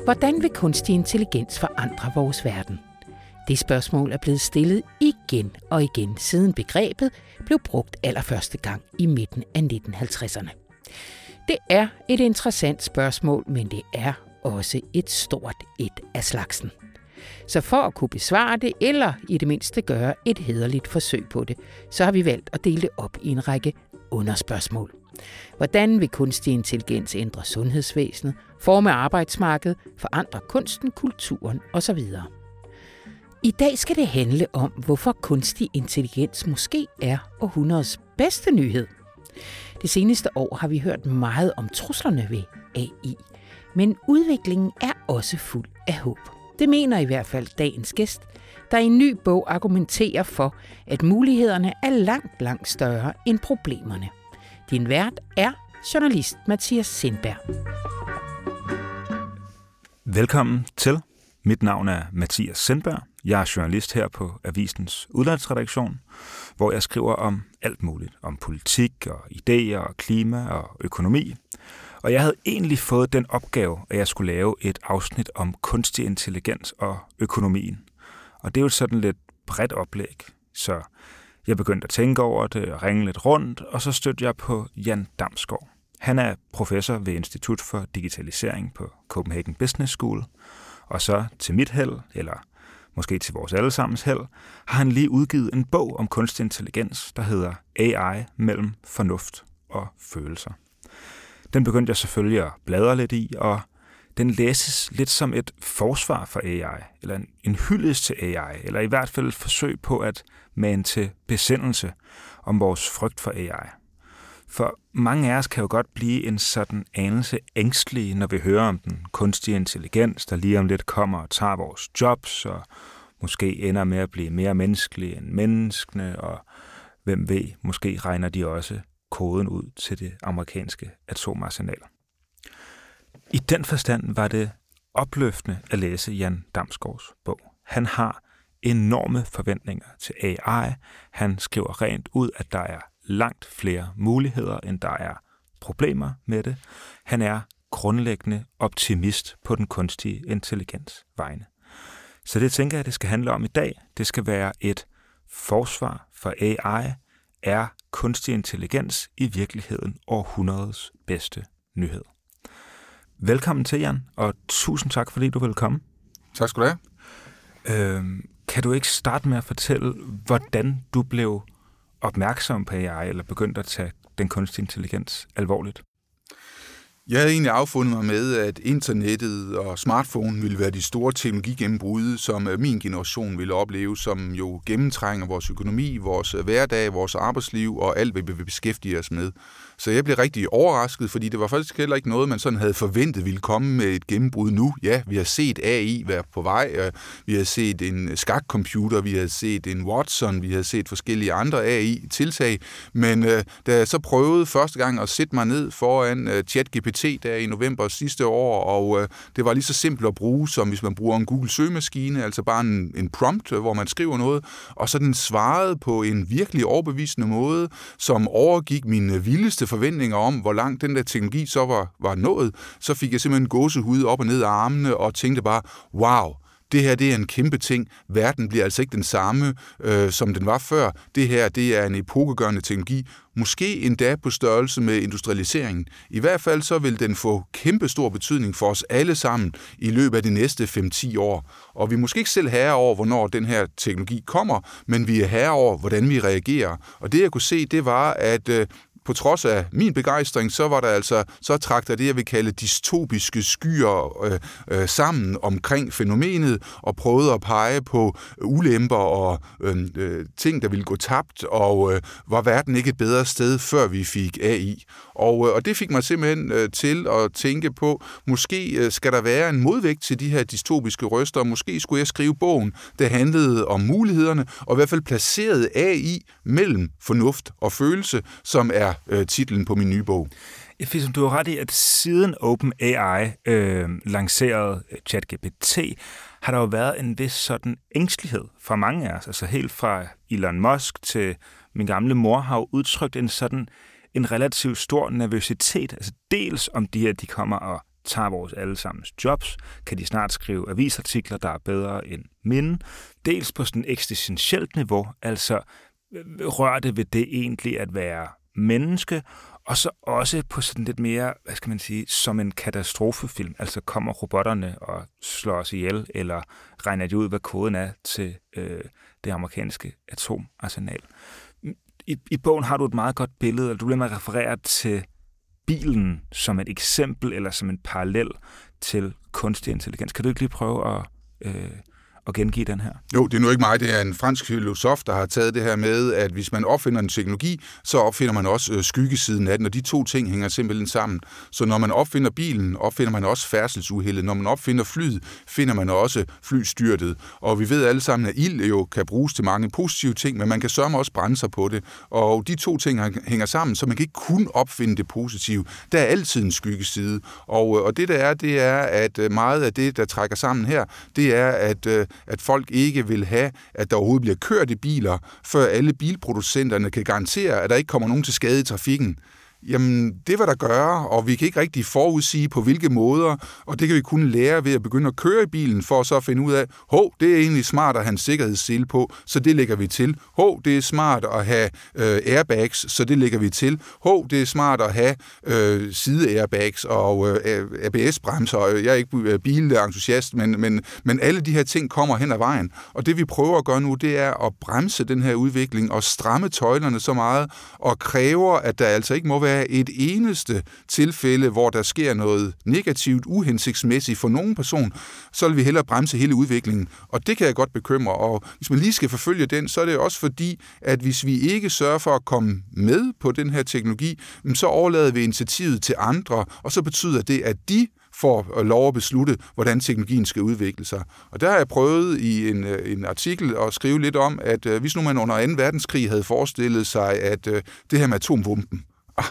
Hvordan vil kunstig intelligens forandre vores verden? Det spørgsmål er blevet stillet igen og igen, siden begrebet blev brugt allerførste gang i midten af 1950'erne. Det er et interessant spørgsmål, men det er også et stort et af slagsen. Så for at kunne besvare det, eller i det mindste gøre et hæderligt forsøg på det, så har vi valgt at dele det op i en række underspørgsmål. Hvordan vil kunstig intelligens ændre sundhedsvæsenet, forme arbejdsmarkedet, forandre kunsten, kulturen osv.? I dag skal det handle om, hvorfor kunstig intelligens måske er århundredets bedste nyhed. Det seneste år har vi hørt meget om truslerne ved AI, men udviklingen er også fuld af håb. Det mener i hvert fald dagens gæst, der i en ny bog argumenterer for, at mulighederne er langt større end problemerne. Din vært er journalist Mathias Sindberg. Velkommen til. Mit navn er Mathias Sindberg. Jeg er journalist her på Avisens udlandsredaktion, hvor jeg skriver om alt muligt. Om politik og idéer og klima og økonomi. Og jeg havde egentlig fået den opgave, at jeg skulle lave et afsnit om kunstig intelligens og økonomien. Og det er jo sådan lidt bredt oplæg. Så jeg begyndte at tænke over det og ringe lidt rundt, og så stødte jeg på Jan Damsgaard. Han er professor ved Institut for Digitalisering på Copenhagen Business School. Og så til mit held, eller måske til vores allesammens held, har han lige udgivet en bog om kunstig intelligens, der hedder AI mellem fornuft og følelser. Den begyndte jeg selvfølgelig at bladre lidt i, og den læses lidt som et forsvar for AI, eller en hyldest til AI, eller i hvert fald et forsøg på at mane til besindelse om vores frygt for AI. For mange af os kan jo godt blive en sådan anelse ængstelige, når vi hører om den kunstige intelligens, der lige om lidt kommer og tager vores jobs, og måske ender med at blive mere menneskelige end menneskene, og hvem ved, måske regner de også koden ud til det amerikanske atomarsenal. I den forstand var det opløftende at læse Jan Damsgaards bog. Han har enorme forventninger til AI. Han skriver rent ud, at der er langt flere muligheder, end der er problemer med det. Han er grundlæggende optimist på den kunstige intelligens vegne. Så det tænker jeg, det skal handle om i dag. Det skal være et forsvar for AI. Er kunstig intelligens i virkeligheden århundredets bedste nyhed? Velkommen til, Jan, og tusind tak, fordi du vil komme. Tak skal du have. Kan du ikke starte med at fortælle, hvordan du blev opmærksom på AI, eller begyndte at tage den kunstige intelligens alvorligt? Jeg havde egentlig affundet mig med, at internettet og smartphone ville være de store teknologigennembrud, som min generation ville opleve, som jo gennemtrænger vores økonomi, vores hverdag, vores arbejdsliv og alt, hvad vi beskæftiger os med. Så jeg blev rigtig overrasket, fordi det var faktisk heller ikke noget, man sådan havde forventet ville komme med et gennembrud nu. Ja, vi har set AI være på vej, vi har set en skakcomputer, vi har set en Watson, vi har set forskellige andre AI-tiltag, men da jeg så prøvede første gang at sætte mig ned foran ChatGPT der i november sidste år, og det var lige så simpelt at bruge, som hvis man bruger en Google-søgemaskine, altså bare en prompt, hvor man skriver noget, og så den svarede på en virkelig overbevisende måde, som overgik mine vildeste forventninger om, hvor langt den der teknologi så var nået, så fik jeg simpelthen gåsehud op og ned af armene og tænkte bare, wow, det her, det er en kæmpe ting. Verden bliver altså ikke den samme, som den var før. Det her, det er en epokegørende teknologi. Måske endda på størrelse med industrialiseringen. I hvert fald så vil den få kæmpe stor betydning for os alle sammen i løbet af de næste 5-10 år. Og vi er måske ikke selv herre over, hvornår den her teknologi kommer, men vi er herre over, hvordan vi reagerer. Og det, jeg kunne se, det var, at på trods af min begejstring, så trak der det, jeg vil kalde dystopiske skyer sammen omkring fænomenet, og prøvede at pege på ulemper og ting, der ville gå tabt, og var verden ikke et bedre sted, før vi fik AI. Og det fik mig simpelthen til at tænke på, måske skal der være en modvægt til de her dystopiske røster, måske skulle jeg skrive bogen, der handlede om mulighederne, og i hvert fald placerede AI mellem fornuft og følelse, som er titlen på min nye bog. Du har ret i, at siden OpenAI lancerede ChatGPT, har der jo været en vis sådan ængstelighed fra mange af os. Altså helt fra Elon Musk til min gamle mor har jo udtrykt en relativt stor nervøsitet. Altså dels om de her, de kommer og tager vores allesammens jobs? Kan de snart skrive avisartikler, der er bedre end mine? Dels på sådan et eksistentielt niveau, altså rører det ved det egentlig at være menneske, og så også på sådan lidt mere, hvad skal man sige, som en katastrofefilm. Altså kommer robotterne og slår os ihjel, eller regner de ud, hvad koden er til det amerikanske atomarsenal. I bogen har du et meget godt billede, og du bliver med at referere til bilen som et eksempel, eller som en parallel til kunstig intelligens. Kan du ikke lige prøve at gengive den her? Jo, det er nu ikke mig. Det er en fransk filosof, der har taget det her med, at hvis man opfinder en teknologi, så opfinder man også skyggesiden af den, og de to ting hænger simpelthen sammen. Så når man opfinder bilen, opfinder man også færdselsuheldet. Når man opfinder flyet, finder man også flystyrtet. Og vi ved alle sammen, at ild jo kan bruges til mange positive ting, men man kan sørge også brænde sig på det. Og de to ting hænger sammen, så man kan ikke kun opfinde det positive. Der er altid en skyggeside. Og det der er, at meget af det, der trækker sammen her, det er, at folk ikke vil have, at der overhovedet bliver kørt i biler, før alle bilproducenterne kan garantere, at der ikke kommer nogen til skade i trafikken. Jamen, det vil der gøre, og vi kan ikke rigtig forudsige på hvilke måder, og det kan vi kun lære ved at begynde at køre i bilen, for så at finde ud af, det er egentlig smart at have en sikkerhedssele på, så det lægger vi til. Det er smart at have airbags, så det lægger vi til. Det er smart at have side-airbags og ABS-bremser. Jeg er ikke bilentusiast, men alle de her ting kommer hen ad vejen. Og det vi prøver at gøre nu, det er at bremse den her udvikling og stramme tøjlerne så meget, og kræver, at der altså ikke må være et eneste tilfælde, hvor der sker noget negativt, uhensigtsmæssigt for nogen person, så vil vi hellere bremse hele udviklingen. Og det kan jeg godt bekymre. Og hvis man lige skal forfølge den, så er det også fordi, at hvis vi ikke sørger for at komme med på den her teknologi, så overlader vi initiativet til andre, og så betyder det, at de får lov at beslutte, hvordan teknologien skal udvikle sig. Og der har jeg prøvet i en artikel at skrive lidt om, at hvis nu man under 2. verdenskrig havde forestillet sig, at det her med atomvåben,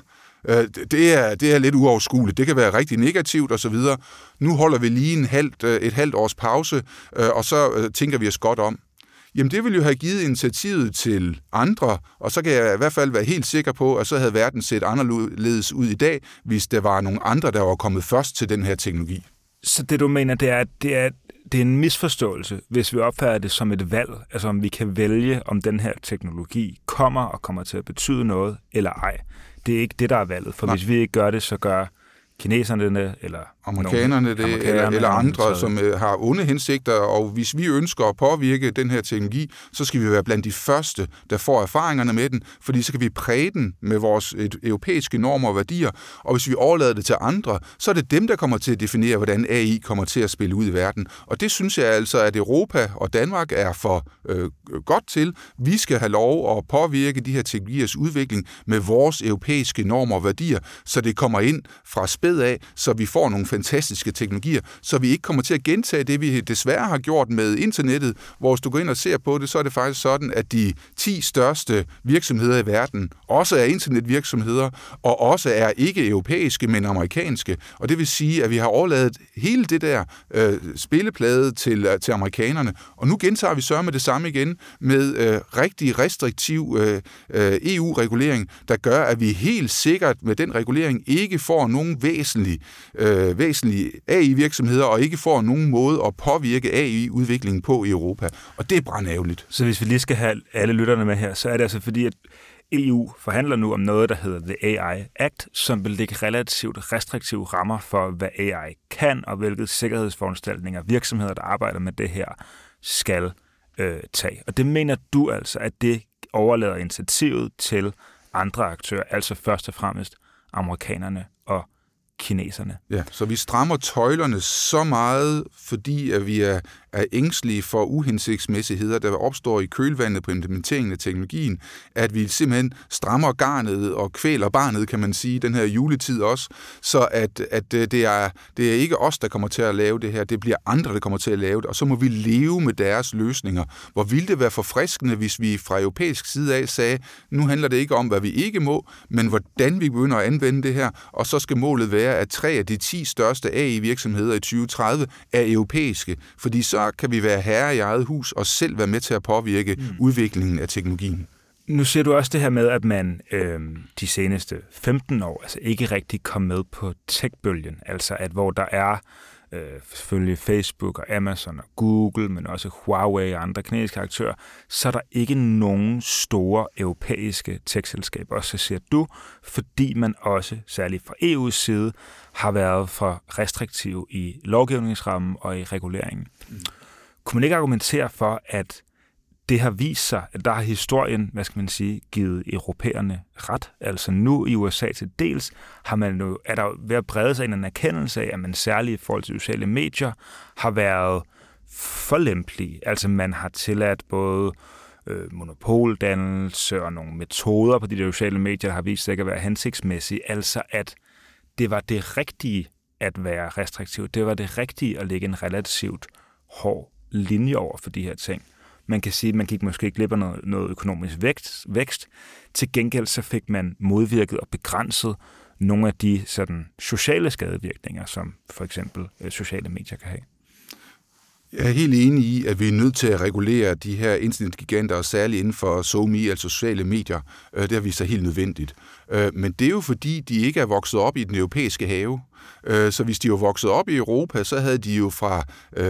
det er lidt uoverskueligt. Det kan være rigtig negativt osv. Nu holder vi lige et halvt års pause, og så tænker vi os godt om. Jamen det ville jo have givet initiativet til andre, og så kan jeg i hvert fald være helt sikker på, at så havde verden set anderledes ud i dag, hvis der var nogle andre, der var kommet først til den her teknologi. Så det du mener, det er en misforståelse, hvis vi opfatter det som et valg, altså om vi kan vælge, om den her teknologi kommer til at betyde noget eller ej. Det er ikke det, der er valget, for hvis vi ikke gør det, så gør kineserne det, eller amerikanerne det, eller andre, som har onde hensigter, og hvis vi ønsker at påvirke den her teknologi, så skal vi være blandt de første, der får erfaringerne med den, fordi så kan vi præge den med vores europæiske normer og værdier, og hvis vi overlader det til andre, så er det dem, der kommer til at definere, hvordan AI kommer til at spille ud i verden. Og det synes jeg altså, at Europa og Danmark er for godt til. Vi skal have lov at påvirke de her teknologiers udvikling med vores europæiske normer og værdier, så det kommer ind fra spæd af, så vi får nogle fantastiske teknologier, så vi ikke kommer til at gentage det, vi desværre har gjort med internettet, hvor hvis du går ind og ser på det, så er det faktisk sådan, at de 10 største virksomheder i verden også er internetvirksomheder, og også er ikke europæiske, men amerikanske. Og det vil sige, at vi har overladet hele det der spilleplade til amerikanerne, og nu gentager vi så med det samme igen, med rigtig restriktiv EU-regulering, der gør, at vi helt sikkert med den regulering ikke får nogen væsentlige AI-virksomheder, og ikke får nogen måde at påvirke AI-udviklingen på i Europa. Og det er brandærgerligt. Så hvis vi lige skal have alle lytterne med her, så er det altså fordi, at EU forhandler nu om noget, der hedder The AI Act, som vil lægge relativt restriktive rammer for, hvad AI kan, og hvilke sikkerhedsforanstaltninger virksomheder, der arbejder med det her, skal tage. Og det mener du altså, at det overlader initiativet til andre aktører, altså først og fremmest amerikanerne og kineserne. Ja, så vi strammer tøjlerne så meget, fordi at vi er ængstelige for uhensigtsmæssigheder, der opstår i kølvandet på implementeringen af teknologien, at vi simpelthen strammer garnet og kvæler barnet, kan man sige, den her juletid også, så at det er ikke os, der kommer til at lave det her, det bliver andre, der kommer til at lave det, og så må vi leve med deres løsninger. Hvor ville det være forfriskende, hvis vi fra europæisk side af sagde, nu handler det ikke om, hvad vi ikke må, men hvordan vi begynder at anvende det her, og så skal målet være, at 3 af de 10 største AI-virksomheder i 2030 er europæiske, fordi så kan vi være herre i eget hus og selv være med til at påvirke udviklingen af teknologien. Nu siger du også det her med, at man de seneste 15 år altså ikke rigtig kom med på tech-bølgen. Altså at hvor der er selvfølgelig Facebook og Amazon og Google, men også Huawei og andre kinesiske aktører, så er der ikke nogen store europæiske tech-selskaber, også siger du, fordi man også, særligt fra EU's side, har været for restriktiv i lovgivningsrammen og i reguleringen. Kunne man ikke argumentere for, at det har vist sig, at der har historien, givet europæerne ret. Altså nu i USA til dels er der ved at brede sig en erkendelse af, at man særligt i forhold til sociale medier har været for lempelig. Altså man har tilladt både monopoldannelse og nogle metoder på de der sociale medier, der har vist sig ikke at være hensigtsmæssige. Altså at det var det rigtige at være restriktiv. Det var det rigtige at lægge en relativt hård linje over for de her ting. Man kan sige, at man gik måske ikke glip af noget økonomisk vækst. Til gengæld så fik man modvirket og begrænset nogle af de sådan, sociale skadevirkninger, som for eksempel sociale medier kan have. Jeg er helt enig i, at vi er nødt til at regulere de her internetgiganter, og særligt inden for SoMe, altså sociale medier. Det har vist sig helt nødvendigt. Men det er jo fordi, de ikke er vokset op i den europæiske have. Så hvis de var vokset op i Europa, så havde de jo fra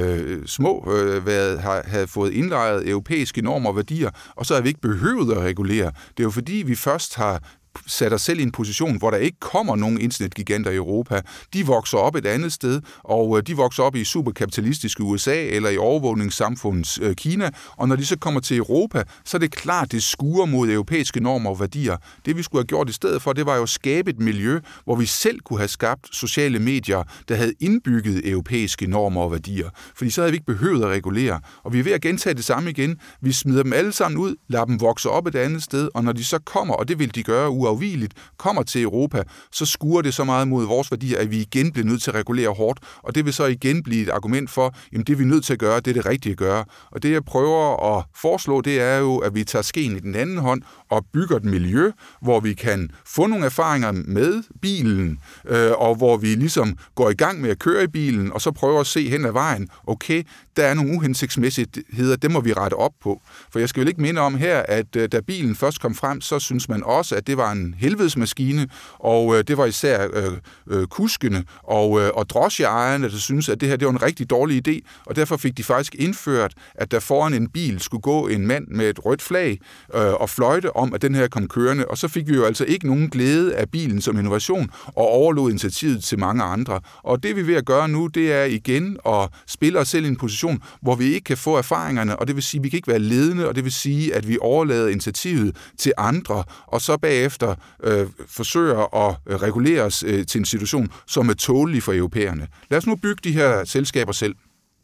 små havde fået indlejret europæiske normer og værdier, og så har vi ikke behøvet at regulere. Det er jo fordi, vi først har sat os selv i en position, hvor der ikke kommer nogen internetgiganter i Europa. De vokser op et andet sted, og de vokser op i superkapitalistiske USA eller i overvågningssamfundets Kina, og når de så kommer til Europa, så er det klart, det skuer mod europæiske normer og værdier. Det vi skulle have gjort i stedet for, det var jo at skabe et miljø, hvor vi selv kunne have skabt sociale medier, der havde indbygget europæiske normer og værdier. Fordi så havde vi ikke behøvet at regulere. Og vi er ved at gentage det samme igen. Vi smider dem alle sammen ud, lader dem vokse op et andet sted, og når de så kommer, og det vil de gøre uafvigeligt, kommer til Europa, så skuer det så meget mod vores værdier, at vi igen bliver nødt til at regulere hårdt, og det vil så igen blive et argument for, jamen det vi er nødt til at gøre, det er det rigtige at gøre. Og det jeg prøver at foreslå, det er jo, at vi tager skeen i den anden hånd og bygger et miljø, hvor vi kan få nogle erfaringer med bilen, og hvor vi ligesom går i gang med at køre i bilen, og så prøver at se hen ad vejen, okay, der er nogle uhensigtsmæssigheder, det må vi rette op på. For jeg skal jo ikke minde om her, at da bilen først kom frem, så synes man også, at det var en helvedesmaskine, og det var især kuskene og drosjeejerne, der synes, at det her det var en rigtig dårlig idé, og derfor fik de faktisk indført, at der foran en bil skulle gå en mand med et rødt flag og fløjte om, at den her kom kørende, og så fik vi jo altså ikke nogen glæde af bilen som innovation, og overlod initiativet til mange andre. Og det vi er ved at gøre nu, det er igen at spille os selv i en position, hvor vi ikke kan få erfaringerne, og det vil sige, at vi kan ikke være ledende, og det vil sige, at vi overlader initiativet til andre, og så bagefter forsøger at regulere os til en situation, som er tålelig for europæerne. Lad os nu bygge de her selskaber selv.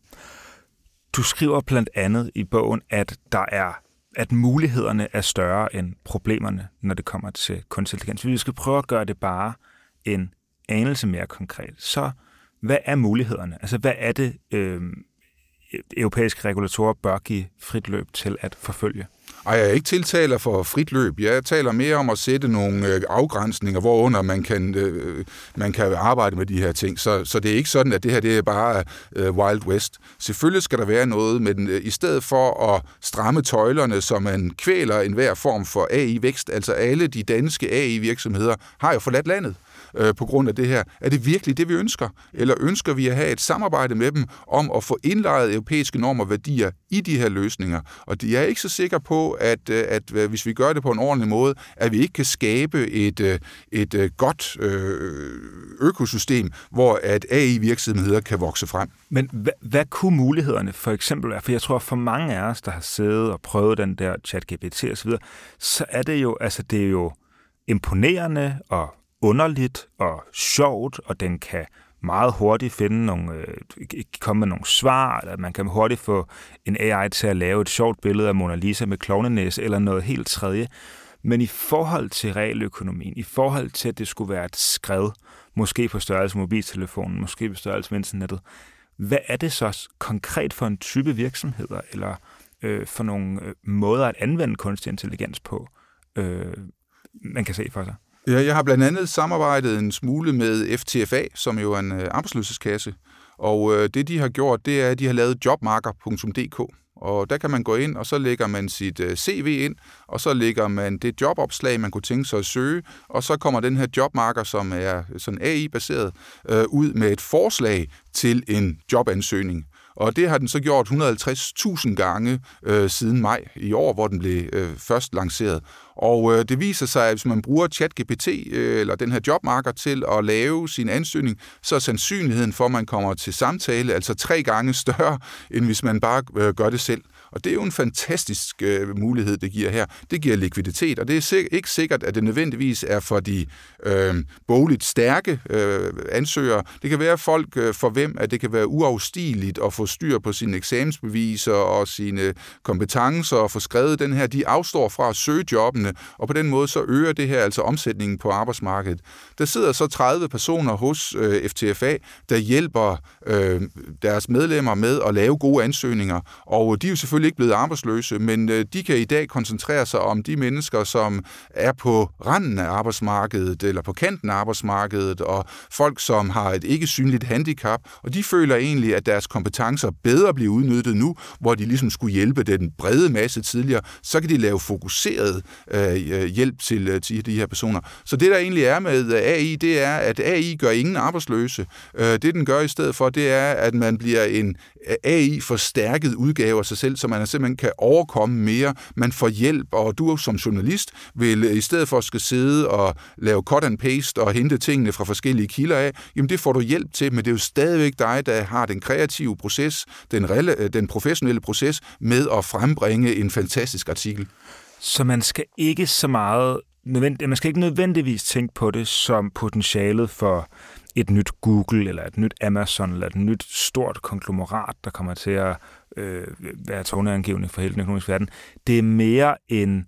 Du skriver blandt andet i bogen, at mulighederne er større end problemerne, når det kommer til kunstig intelligens. Vi skal prøve at gøre det bare en anelse mere konkret. Så hvad er mulighederne? Altså hvad er det, europæiske regulatorer bør give frit løb til at forfølge? Jeg er ikke tiltaler for frit løb. Jeg taler mere om at sætte nogle afgrænsninger, hvorunder man kan arbejde med de her ting. Så det er ikke sådan, at det her det er bare Wild West. Selvfølgelig skal der være noget, men i stedet for at stramme tøjlerne, så man kvæler enhver form for AI-vækst, altså alle de danske AI-virksomheder har jo forladt landet på grund af det her. Er det virkelig det, vi ønsker? Eller ønsker vi at have et samarbejde med dem om at få indlejret europæiske normer og værdier i de her løsninger? Og jeg er ikke så sikker på, at hvis vi gør det på en ordentlig måde, at vi ikke kan skabe et godt økosystem, hvor at AI-virksomheder kan vokse frem. Men hvad kunne mulighederne for eksempel være? For jeg tror, for mange af os, der har siddet og prøvet den der ChatGPT og så videre, så er det jo imponerende og underligt og sjovt, og den kan meget hurtigt komme med nogle svar, eller man kan hurtigt få en AI til at lave et sjovt billede af Mona Lisa med klovnenæse eller noget helt tredje. Men i forhold til realøkonomien, i forhold til, at det skulle være et skred, måske på størrelse med mobiltelefonen, måske på størrelse med internettet, hvad er det så konkret for en type virksomheder, eller for nogle måder at anvende kunstig intelligens på, man kan se for sig? Ja, jeg har blandt andet samarbejdet en smule med FTFA, som jo er en arbejdsløshedskasse. Og det, de har gjort, det er, at de har lavet jobmarker.dk. Og der kan man gå ind, og så lægger man sit CV ind, og så lægger man det jobopslag, man kunne tænke sig at søge, og så kommer den her jobmarker, som er sådan AI-baseret, ud med et forslag til en jobansøgning. Og det har den så gjort 150.000 gange siden maj i år, hvor den blev først lanceret. Og det viser sig, at hvis man bruger ChatGPT eller den her jobmarker til at lave sin ansøgning, så er sandsynligheden for, at man kommer til samtale altså 3 gange større, end hvis man bare gør det selv. Og det er jo en fantastisk mulighed, det giver her. Det giver likviditet, og det er ikke sikkert, at det nødvendigvis er for de bogligt stærke ansøgere. Det kan være folk, for hvem at det kan være uafstigeligt at få styr på sine eksamensbeviser og sine kompetencer og få skrevet den her. De afstår fra at søge jobbene, og på den måde så øger det her altså omsætningen på arbejdsmarkedet. Der sidder så 30 personer hos FTFA, der hjælper deres medlemmer med at lave gode ansøgninger, og de er jo selvfølgelig ikke blevet arbejdsløse, men de kan i dag koncentrere sig om de mennesker, som er på randen af arbejdsmarkedet eller på kanten af arbejdsmarkedet, og folk, som har et ikke synligt handicap, og de føler egentlig, at deres kompetencer bedre bliver udnyttet nu, hvor de ligesom skulle hjælpe den brede masse tidligere, så kan de lave fokuseret hjælp til de her personer. Så det, der egentlig er med AI, det er, at AI gør ingen arbejdsløse. Det, den gør i stedet for, det er, at man bliver en AI-forstærket udgave af sig selv, så man simpelthen kan overkomme mere. Man får hjælp, og du som journalist vil i stedet for at skal sidde og lave cut and paste og hente tingene fra forskellige kilder af, jamen det får du hjælp til, men det er jo stadigvæk dig, der har den kreative proces, den professionelle proces med at frembringe en fantastisk artikel. Så man skal ikke nødvendigvis tænke på det som potentialet for et nyt Google, eller et nyt Amazon, eller et nyt stort konglomerat, der kommer til at være toneangivende for hele den økonomiske verden. Det er mere end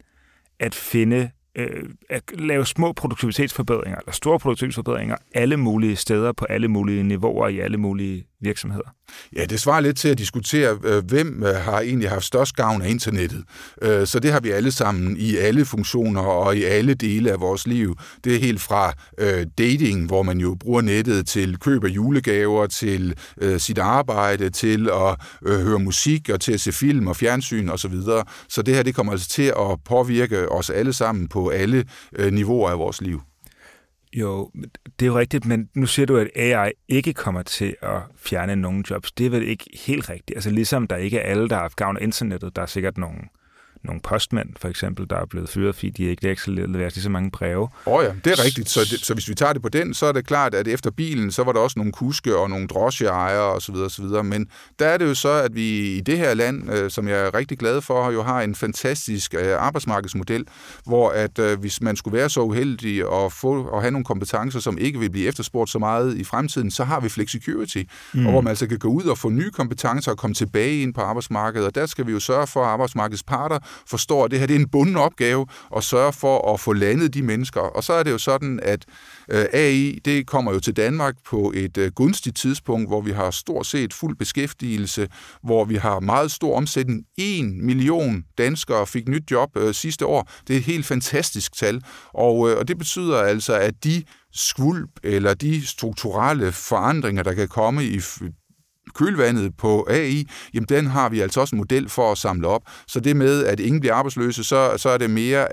at lave små produktivitetsforbedringer, eller store produktivitetsforbedringer, alle mulige steder, på alle mulige niveauer, i alle mulige virksomheder. Ja, det svarer lidt til at diskutere, hvem har egentlig haft størst gavn af internettet. Så det har vi alle sammen i alle funktioner og i alle dele af vores liv. Det er helt fra dating, hvor man jo bruger nettet til køb af julegaver, til sit arbejde, til at høre musik og til at se film og fjernsyn osv. Så det her, det kommer altså til at påvirke os alle sammen på alle niveauer af vores liv. Jo, det er jo rigtigt, men nu siger du, at AI ikke kommer til at fjerne nogen jobs. Det er vel ikke helt rigtigt. Altså ligesom der ikke er alle, der har haft gavn af internettet. Der er sikkert nogle postmænd, for eksempel, der er blevet fyret, fordi de ikke leverer lige så mange breve. Ja, det er rigtigt. Så hvis vi tager det på den, så er det klart, at efter bilen, så var der også nogle kuske og nogle drosjeejere osv. Men der er det jo så, at vi i det her land, som jeg er rigtig glad for, jo har en fantastisk arbejdsmarkedsmodel, hvor at hvis man skulle være så uheldig at have nogle kompetencer, som ikke vil blive efterspurgt så meget i fremtiden, så har vi flexicurity, og hvor man altså kan gå ud og få nye kompetencer og komme tilbage ind på arbejdsmarkedet. Og der skal vi jo sørge for, at arbejdsmarkedets parter forstår, at det her det er en bunden opgave at sørge for at få landet de mennesker. Og så er det jo sådan, at AI det kommer jo til Danmark på et gunstigt tidspunkt, hvor vi har stort set fuld beskæftigelse, hvor vi har meget stor omsætning. 1 million danskere fik nyt job sidste år. Det er et helt fantastisk tal. Og det betyder altså, at de skvulp eller de strukturelle forandringer, der kan komme i kølvandet på AI, jamen den har vi altså også en model for at samle op. Så det med, at ingen bliver arbejdsløse, så er det mere,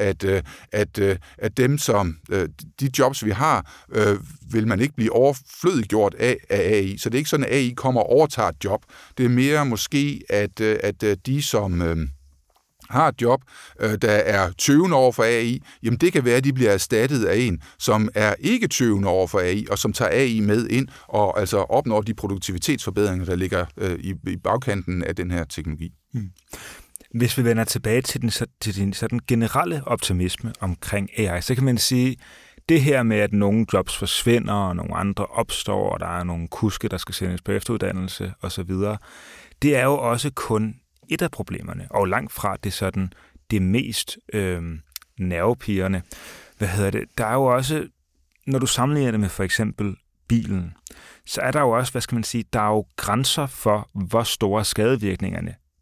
at dem, som de jobs, vi har, vil man ikke blive overflødiggjort af AI. Så det er ikke sådan, at AI kommer og overtager et job. Det er mere måske, at de, som har et job, der er tøvende over for AI, jamen det kan være, at de bliver erstattet af en, som er ikke tøvende over for AI, og som tager AI med ind, og altså opnår de produktivitetsforbedringer, der ligger i bagkanten af den her teknologi. Hvis vi vender tilbage til den sådan generelle optimisme omkring AI, så kan man sige, det her med, at nogle jobs forsvinder, og nogle andre opstår, og der er nogle kuske, der skal sendes på efteruddannelse osv., det er jo også kun et af problemerne, og langt fra det sådan det mest nervepirrende. Der er jo også, når du sammenligner det med for eksempel bilen, så er der jo også, der er jo grænser for, hvor store skadevirkningerne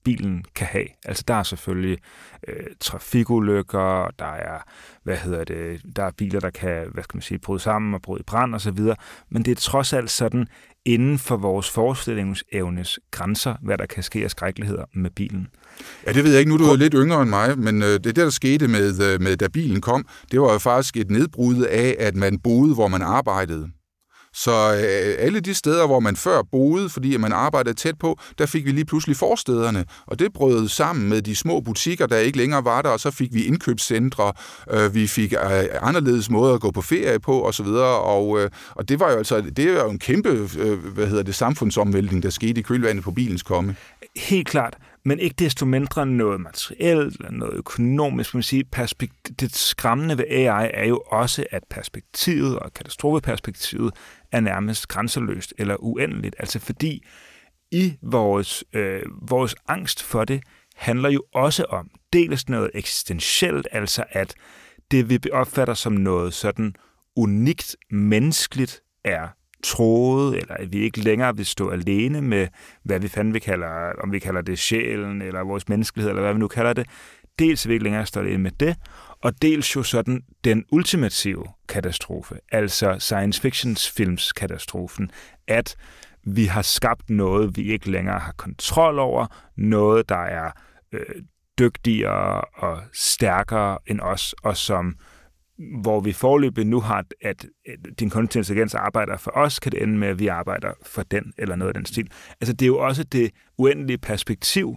bilen kan have. Altså der er selvfølgelig trafikulykker, der er, der er biler, der kan, bryde sammen og bryde i brand osv., men det er trods alt sådan inden for vores forestillingsevnes grænser, hvad der kan ske af skrækkeligheder med bilen. Ja, det ved jeg ikke. Nu er du lidt yngre end mig, men det der skete med da bilen kom, det var jo faktisk et nedbrud af, at man boede, hvor man arbejdede. Så alle de steder, hvor man før boede, fordi man arbejdede tæt på, der fik vi lige pludselig forstederne, og det brød sammen med de små butikker, der ikke længere var der, og så fik vi indkøbscentre, vi fik anderledes måder at gå på ferie på, osv., og det var jo altså, det er jo en kæmpe, samfundsomvæltning, der skete i kølvandet på bilens komme. Helt klart, men ikke desto mindre noget materielt eller noget økonomisk, man sige. Det skræmmende ved AI er jo også, at perspektivet og katastrofeperspektivet er nærmest grænseløst eller uendeligt. Altså fordi i vores angst for det handler jo også om dels noget eksistentielt, altså at det vi opfatter som noget sådan unikt menneskeligt er troet, eller at vi ikke længere vil stå alene med, hvad vi fanden vi kalder, om vi kalder det sjælen, eller vores menneskelighed, eller hvad vi nu kalder det. Dels vil vi ikke længere stå alene med det, og dels jo sådan den ultimative katastrofe, altså science fictions films katastrofen, at vi har skabt noget, vi ikke længere har kontrol over, noget, der er dygtigere og stærkere end os, og hvor vi foreløbig nu har, at din kunstig intelligens arbejder for os, kan det ende med, at vi arbejder for den, eller noget af den stil. Altså, det er jo også det uendelige perspektiv,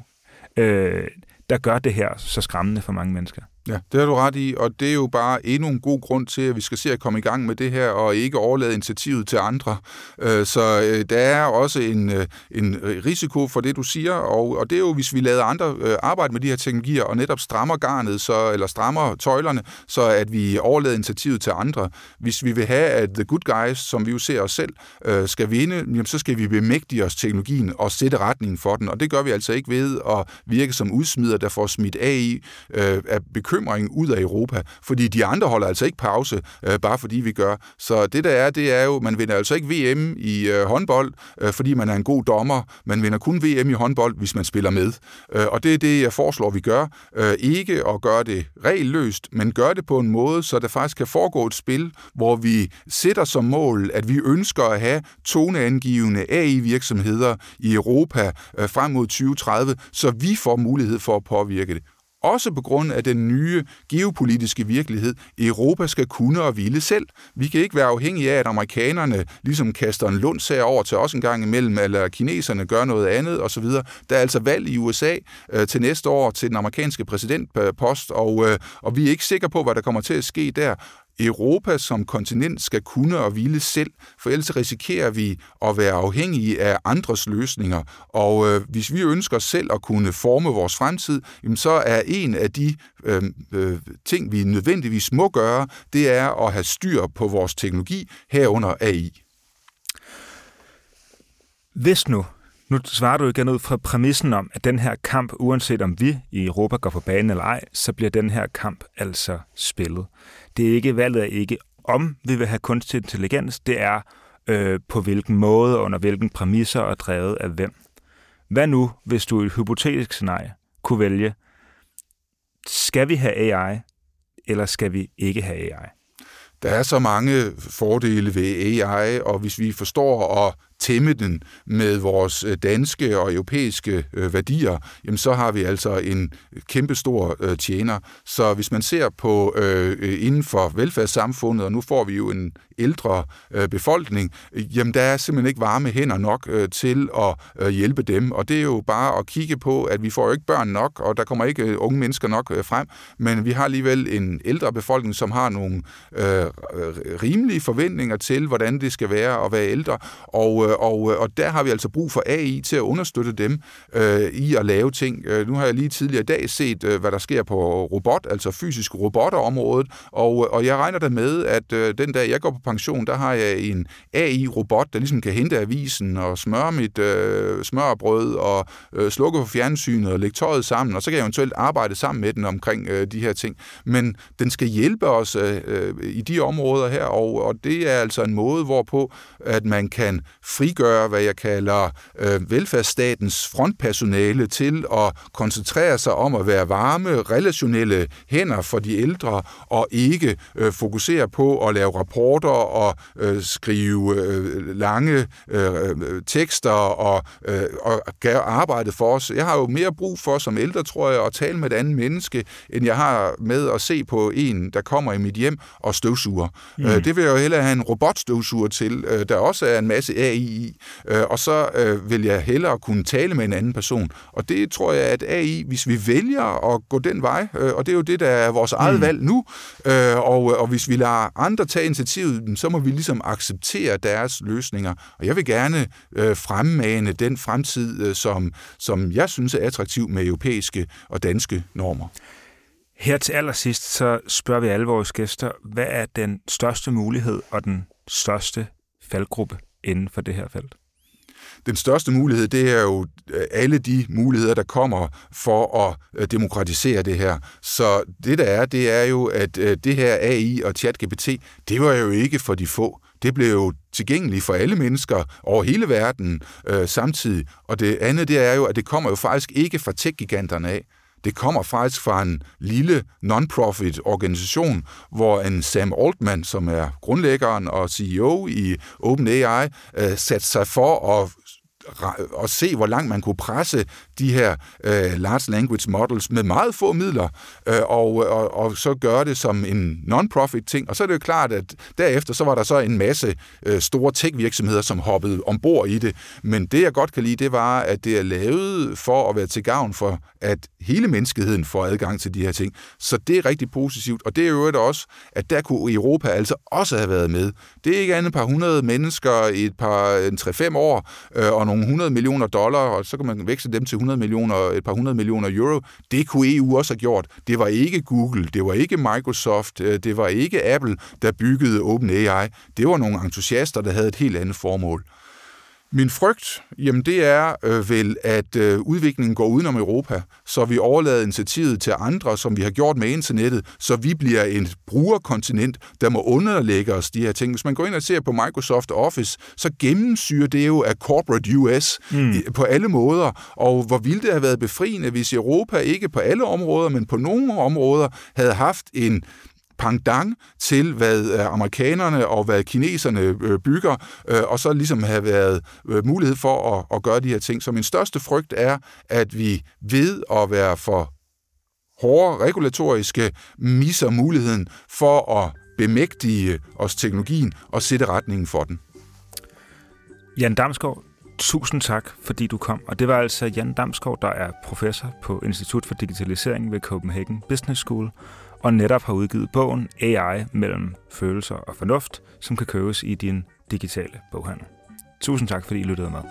der gør det her så skræmmende for mange mennesker. Ja, det har du ret i, og det er jo bare endnu en god grund til, at vi skal se at komme i gang med det her, og ikke overlade initiativet til andre. Så der er også en risiko for det, du siger, og det er jo, hvis vi lader andre arbejde med de her teknologier, og netop strammer garnet, eller strammer tøjlerne, så at vi overlader initiativet til andre. Hvis vi vil have, at the good guys, som vi jo ser os selv, skal vinde, jamen, så skal vi bemægtige os teknologien og sætte retningen for den, og det gør vi altså ikke ved at virke som udsmider, der får smidt AI af bekymring ud af Europa, fordi de andre holder altså ikke pause, bare fordi vi gør. Så det er jo, man vinder altså ikke VM i håndbold, fordi man er en god dommer. Man vinder kun VM i håndbold, hvis man spiller med. Og det er det, jeg foreslår, vi gør. Ikke at gøre det regelløst, men gør det på en måde, så der faktisk kan foregå et spil, hvor vi sætter som mål, at vi ønsker at have toneangivende AI-virksomheder i Europa frem mod 2030, så vi får mulighed for at påvirke det. Også på grund af den nye geopolitiske virkelighed. Europa skal kunne og ville selv. Vi kan ikke være afhængige af, at amerikanerne ligesom kaster en lundsag over til os en gang imellem, eller kineserne gør noget andet osv. Der er altså valg i USA til næste år til den amerikanske præsidentpost, og vi er ikke sikre på, hvad der kommer til at ske der. Europa som kontinent skal kunne og ville selv, for ellers risikerer vi at være afhængige af andres løsninger. Og hvis vi ønsker selv at kunne forme vores fremtid, jamen så er en af de ting, vi nødvendigvis må gøre, det er at have styr på vores teknologi herunder AI. Hvis nu svarer du igen ud fra præmissen om, at den her kamp, uanset om vi i Europa går på banen eller ej, så bliver den her kamp altså spillet. Det er ikke valget af ikke om vi vil have kunstig intelligens, det er på hvilken måde, under hvilken præmisser og drevet af hvem. Hvad nu, hvis du i et hypotetisk scenarie kunne vælge, skal vi have AI, eller skal vi ikke have AI? Der er så mange fordele ved AI, og hvis vi forstår at tæmme den med vores danske og europæiske værdier, jamen så har vi altså en kæmpestor tjener. Så hvis man ser på inden for velfærdssamfundet, og nu får vi jo en ældre befolkning, jamen der er simpelthen ikke varme hænder nok til at hjælpe dem. Og det er jo bare at kigge på, at vi får jo ikke børn nok, og der kommer ikke unge mennesker nok frem, men vi har alligevel en ældre befolkning, som har nogle rimelige forventninger til, hvordan det skal være at være ældre, og der har vi altså brug for AI til at understøtte dem i at lave ting. Nu har jeg lige tidligere i dag set, hvad der sker på altså fysiske roboterområdet, og jeg regner da med, at den dag jeg går på pension, der har jeg en AI-robot, der ligesom kan hente avisen og smøre mit smørbrød og slukke for fjernsynet og lægge tøjet sammen, og så kan jeg eventuelt arbejde sammen med den omkring de her ting. Men den skal hjælpe os i de områder her, og det er altså en måde, hvorpå at man kan frigøre, hvad jeg kalder velfærdsstatens frontpersonale til at koncentrere sig om at være varme, relationelle hænder for de ældre, og ikke fokusere på at lave rapporter og skrive lange tekster og gøre arbejdet for os. Jeg har jo mere brug for som ældre, tror jeg, at tale med et andet menneske, end jeg har med at se på en, der kommer i mit hjem og støvsuger. Det vil jeg jo hellere have en robotstøvsuger til, der også er en masse AI i, og så vil jeg hellere kunne tale med en anden person. Og det tror jeg, at AI, hvis vi vælger at gå den vej, og det er jo det, der er vores eget valg nu, og hvis vi lader andre tage initiativet, så må vi ligesom acceptere deres løsninger. Og jeg vil gerne fremmane den fremtid, som jeg synes er attraktiv med europæiske og danske normer. Her til allersidst, så spørger vi alle vores gæster, hvad er den største mulighed og den største faldgruppe inden for det her felt? Den største mulighed, det er jo alle de muligheder, der kommer for at demokratisere det her. Så det er jo, at det her AI og ChatGPT, det var jo ikke for de få. Det blev jo tilgængeligt for alle mennesker over hele verden samtidig. Og det andet, det er jo, at det kommer jo faktisk ikke fra tech-giganterne af. Det kommer faktisk fra en lille non-profit organisation, hvor en Sam Altman, som er grundlæggeren og CEO i OpenAI, satte sig for at se, hvor langt man kunne presse de her large language models med meget få midler, og så gøre det som en non-profit ting. Og så er det jo klart, at derefter så var der så en masse store tech-virksomheder, som hoppede ombord i det. Men det, jeg godt kan lide, det var, at det er lavet for at være til gavn for, at hele menneskeheden får adgang til de her ting. Så det er rigtig positivt. Og det er jo også, at der kunne Europa altså også have været med. Det er ikke andet et par 100 mennesker i et par 3-5 år, og nogle $100 million, og så kan man vækse dem til et par 100 millioner euro. Det kunne EU også have gjort. Det var ikke Google, det var ikke Microsoft, det var ikke Apple, der byggede OpenAI. Det var nogle entusiaster, der havde et helt andet formål. Min frygt, jamen det er vel, at udviklingen går udenom Europa, så vi overlader initiativet til andre, som vi har gjort med internettet, så vi bliver et brugerkontinent, der må underlægge os de her ting. Hvis man går ind og ser på Microsoft Office, så gennemsyrer det jo af corporate US på alle måder, og hvor ville det have været befriende, hvis Europa ikke på alle områder, men på nogle områder havde haft en pendant til, hvad amerikanerne og hvad kineserne bygger, og så ligesom have været mulighed for at gøre de her ting. Så min største frygt er, at vi ved at være for hårde regulatoriske misser muligheden for at bemægtige os teknologien og sætte retningen for den. Jan Damsgaard, tusind tak, fordi du kom. Og det var altså Jan Damsgaard, der er professor på Institut for Digitalisering ved Copenhagen Business School, og netop har udgivet bogen AI mellem følelser og fornuft, som kan købes i din digitale boghandel. Tusind tak, fordi I lyttede med.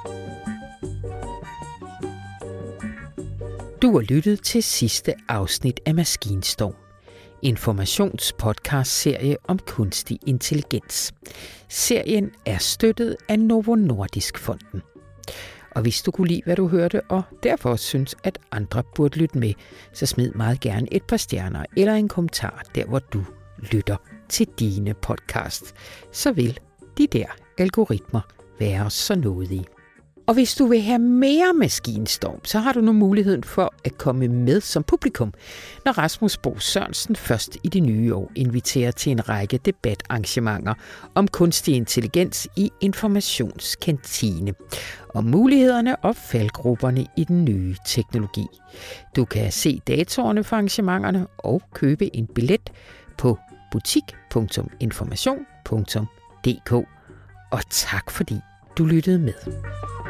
Du har lyttet til sidste afsnit af Maskinstorm, informationspodcast-serie om kunstig intelligens. Serien er støttet af Novo Nordisk Fonden. Og hvis du kunne lide, hvad du hørte, og derfor synes, at andre burde lytte med, så smid meget gerne et par stjerner eller en kommentar, der hvor du lytter til dine podcast. Så vil de der algoritmer være så nådige. Og hvis du vil have mere Maskinstorm, så har du nu muligheden for at komme med som publikum, når Rasmus Bo Sørensen først i det nye år inviterer til en række debatarrangementer om kunstig intelligens i Informationskantine, om mulighederne og faldgrupperne i den nye teknologi. Du kan se datoerne for arrangementerne og købe en billet på butik.information.dk. Og tak fordi du lyttede med.